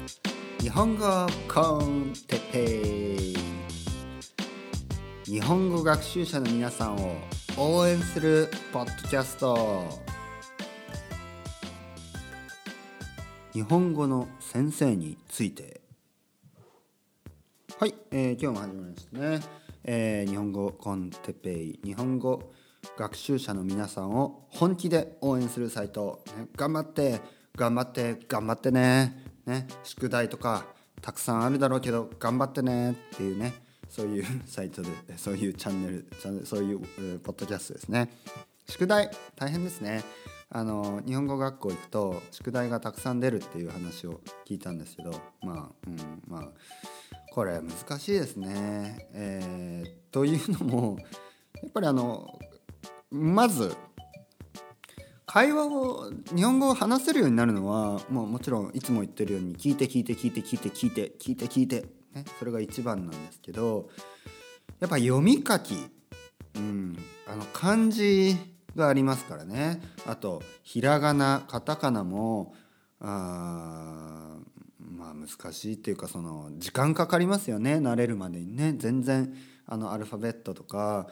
日本語コンテッペイ。日本語学習者の皆さんを応援するポッドキャスト。日本語の先生について。はい、今日も始まりましたね。日本語コンテッペイ、日本語学習者の皆さんを本気で応援するサイト、頑張ってね、宿題とかたくさんあるだろうけど頑張ってねっていうね、そういうサイトで、そういうチャンネル、そういうポッドキャストですね。宿題大変ですね。日本語学校行くと宿題がたくさん出るっていう話を聞いたんですけど、これ難しいですね。というのもやっぱりまず会話を日本語を話せるようになるのはもちろんいつも言ってるように聞いて、ね、それが一番なんですけど、やっぱ読み書き、漢字がありますからね。あとひらがなカタカナも難しいっていうか、その時間かかりますよね、慣れるまでにね。全然アルファベットとか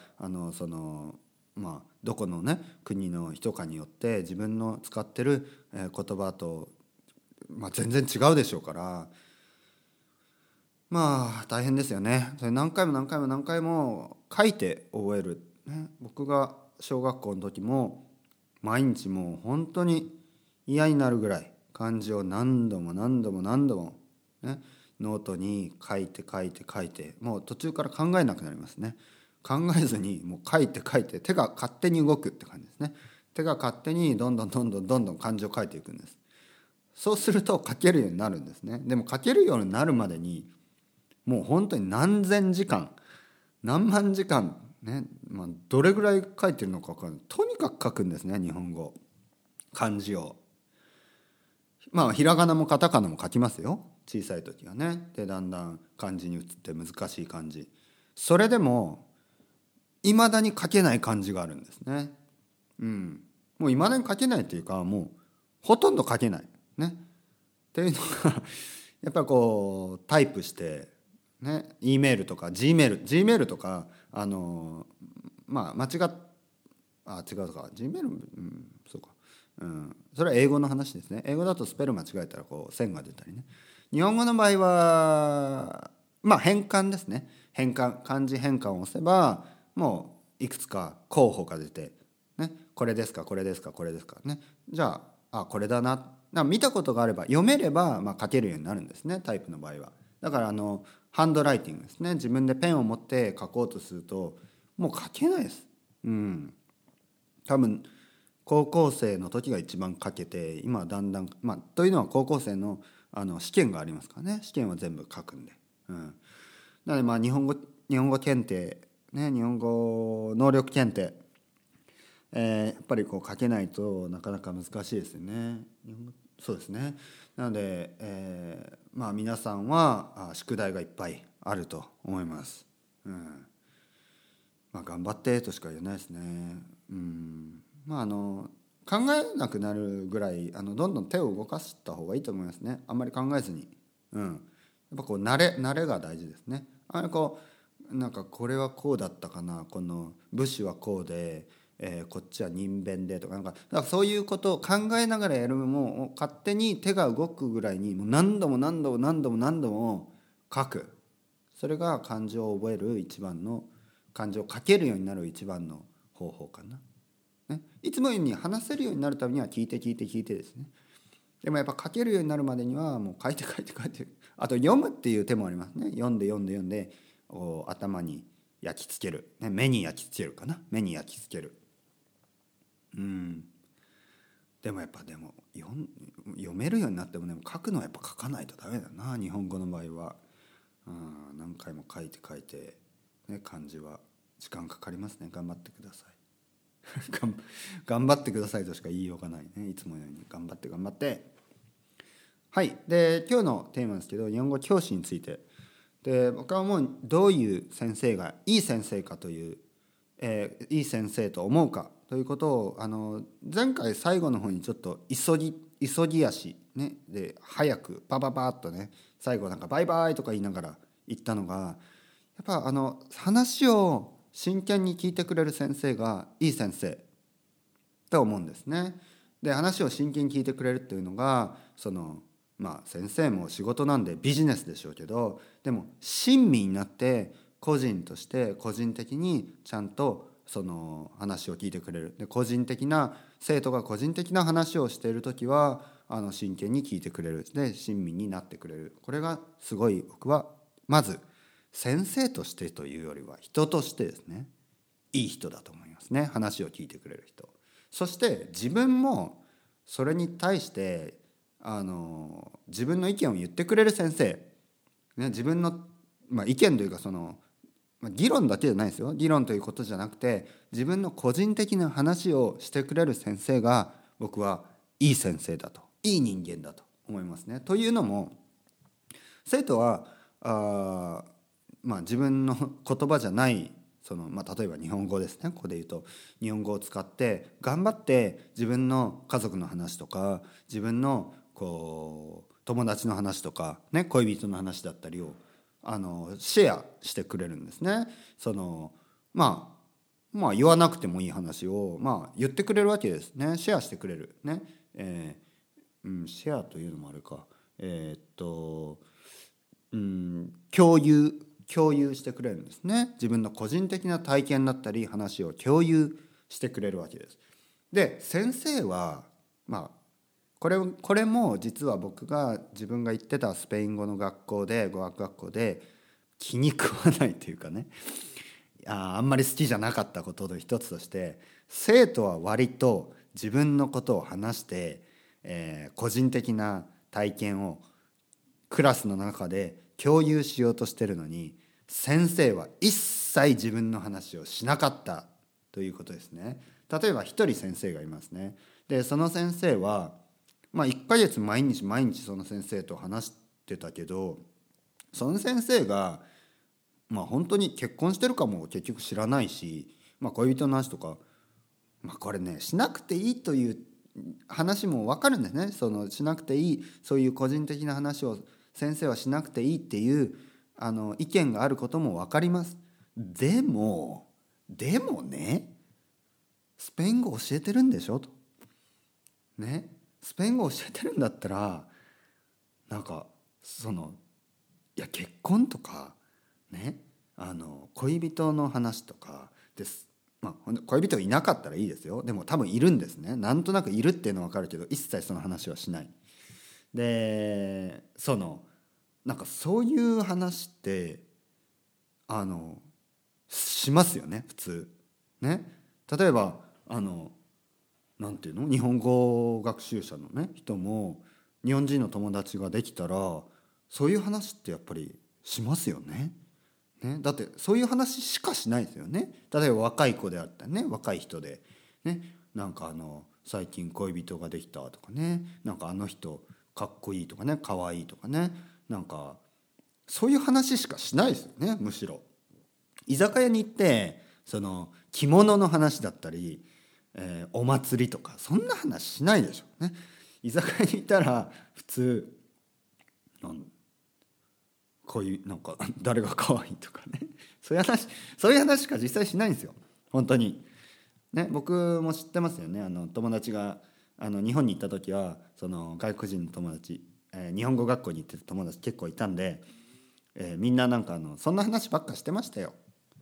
どこのね国の人かによって自分の使ってる言葉と全然違うでしょうから、大変ですよね。それ何回も書いて覚える、ね。僕が小学校の時も毎日もう本当に嫌になるぐらい漢字を何度も、ね、ノートに書いてもう途中から考えなくなりますね。考えずにもう書いて手が勝手に動くって感じですね。手が勝手にどんどん漢字を書いていくんです。そうすると書けるようになるんですね。でも書けるようになるまでにもう本当に何千時間何万時間ね、どれぐらい書いてるのか分からない。とにかく書くんですね、日本語漢字を。ひらがなもカタカナも書きますよ、小さい時はね。でだんだん漢字に移って難しい漢字。それでもいまだに書けない漢字があるんですね。もういまだに書けないっていうか、もうほとんど書けないねっていうのがやっぱりこうタイプしてね、E メールとか G メールとか間違っ違うとか G メール、そうか、それは英語の話ですね。英語だとスペル間違えたらこう線が出たりね。日本語の場合は変換ですね。漢字変換を押せばもういくつか候補が出て、ね、これですかね。じゃあこれだな。見たことがあれば読めれば書けるようになるんですね、タイプの場合は。だからハンドライティングですね。自分でペンを持って書こうとするともう書けないです。多分高校生の時が一番書けて、今はだんだんというのは高校生の試験がありますからね。試験は全部書くんで、なので日本語検定ね、日本語能力検定、やっぱりこう書けないとなかなか難しいですよね。そうですね。なので、皆さんは宿題がいっぱいあると思います。頑張ってとしか言えないですね。考えなくなるぐらいどんどん手を動かした方がいいと思いますね。あんまり考えずに、やっぱこう慣れが大事ですね。これはこうだったかな、この部首はこうで、こっちは人弁でとかだからそういうことを考えながらやる。もう勝手に手が動くぐらいにもう何度も書く。それが漢字を覚える一番の、漢字を書けるようになる一番の方法かな。いつもように話せるようになるためには聞いてですね。でもやっぱ書けるようになるまでにはもう書いてあと読むっていう手もありますね。読んで頭に焼き付ける、目に焼き付けるかな。でも読めるようになっても書くのはやっぱ書かないとダメだな、日本語の場合は。何回も書いて、漢字は時間かかりますね。頑張ってください頑張ってくださいとしか言いようがないね。いつものように頑張ってはい。で今日のテーマですけど、日本語教師についてで、僕はもうどういう先生がいい先生かという、いい先生と思うかということを前回最後の方にちょっと急ぎ足、 ね、で早くパパパッとね、最後なんかバイバイとか言いながら言ったのが、やっぱ話を真剣に聞いてくれる先生がいい先生と思うんですね。で話を真剣に聞いてくれるっていうのが先生も仕事なんでビジネスでしょうけど、でも親身になって個人として個人的にちゃんとその話を聞いてくれる。で生徒が個人的な話をしている時は真剣に聞いてくれる。で親身になってくれる。これがすごい僕はまず先生としてというよりは人としてですね、いい人だと思いますね。話を聞いてくれる人。そして自分もそれに対して自分の意見を言ってくれる先生、ね、自分の、意見というか議論だけじゃないですよ。議論ということじゃなくて自分の個人的な話をしてくれる先生が僕はいい先生だと、いい人間だと思いますね。というのも生徒は自分の言葉じゃない例えば日本語ですね。ここで言うと日本語を使って頑張って自分の家族の話とか自分の友達の話とか、ね、恋人の話だったりをシェアしてくれるんですね。言わなくてもいい話を言ってくれるわけですね。シェアしてくれるね。シェアというのもあるか。共有してくれるんですね。自分の個人的な体験だったり話を共有してくれるわけです。で先生はこれも実は自分が行ってたスペイン語の学校で語学学校で気に食わないというかね、あんまり好きじゃなかったことの一つとして、生徒は割と自分のことを話して、個人的な体験をクラスの中で共有しようとしてるのに、先生は一切自分の話をしなかったということですね。例えば一人先生がいますね。でその先生は1ヶ月毎日その先生と話してたけど、その先生が本当に結婚してるかも結局知らないし、恋人の話とか、これねしなくていいという話も分かるんですね。しなくていい、そういう個人的な話を先生はしなくていいっていう意見があることも分かります。でもね、スペイン語教えてるんでしょとね、スペイン語教えてるんだったら結婚とかね、恋人の話とかです。恋人がいなかったらいいですよ。でも多分いるんですね。なんとなくいるっていうのは分かるけど一切その話はしない。でそういう話ってしますよね普通ね。例えばなんていうの、日本語学習者のね人も日本人の友達ができたらそういう話ってやっぱりしますよね。だってそういう話しかしないですよね。例えば若い子であったりね、若い人でね、最近恋人ができたとかね、あの人かっこいいとかね、かわいいとかね、そういう話しかしないですよね。むしろ居酒屋に行って着物の話だったり、お祭りとかそんな話しないでしょね。居酒屋に行ったら普通こういう誰が可愛いとかね、そういう話しか実際しないんですよ本当にね。僕も知ってますよね。友達が日本に行った時は外国人の友達、日本語学校に行ってた友達結構いたんで、みんなそんな話ばっかしてましたよ。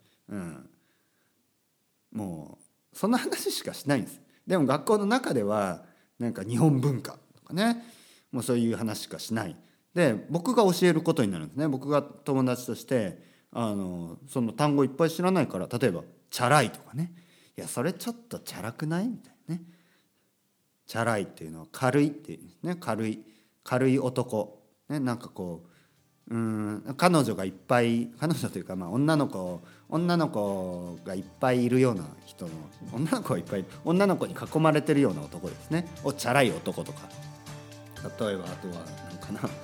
もうそんな話しかしないんです。でも学校の中では日本文化とかね、もうそういう話しかしない。で僕が教えることになるんですね。僕が友達としてその単語いっぱい知らないから、例えばチャラいとかね、いやそれちょっとチャラくないみたいなね。チャラいっていうのは軽いっていうね、軽い男ね。彼女がいっぱい、彼女というか女の子がいっぱいいるような人の、女の子に囲まれてるような男ですねをチャラい男とか、例えばあとは何かな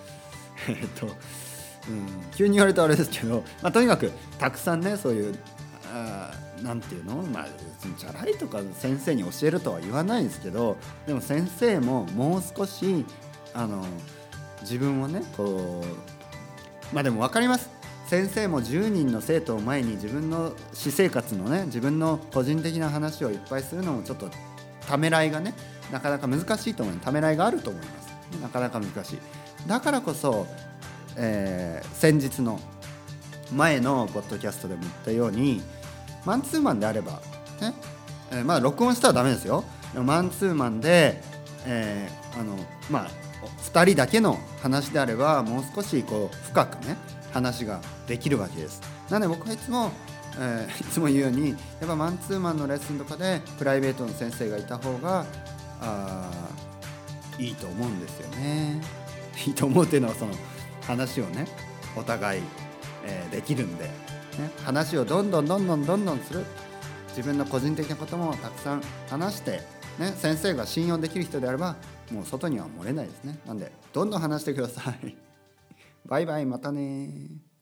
急に言われるとあれですけど、とにかくたくさんね、そういうなんていうの、チャラいとか先生に教えるとは言わないですけど、でも先生ももう少し自分をねこうでも分かります。先生も10人の生徒を前に自分の私生活のね自分の個人的な話をいっぱいするのもちょっとためらいがねなかなか難しいと思う。ためらいがあると思います。なかなか難しい。だからこそ、先日の前のポッドキャストでも言ったようにマンツーマンであればね、録音したらダメですよ。でもマンツーマンで、2人だけの話であればもう少しこう深くね話ができるわけです。なので僕はいつも、いつも言うようにやっぱマンツーマンのレッスンとかでプライベートの先生がいた方がいいと思うんですよね。いいと思うっていうのはその話をねお互い、できるんで、ね、話をどんどんする。自分の個人的なこともたくさん話して、ね、先生が信用できる人であればもう外には漏れないですね。なんでどんどん話してください。バイバイ、またね。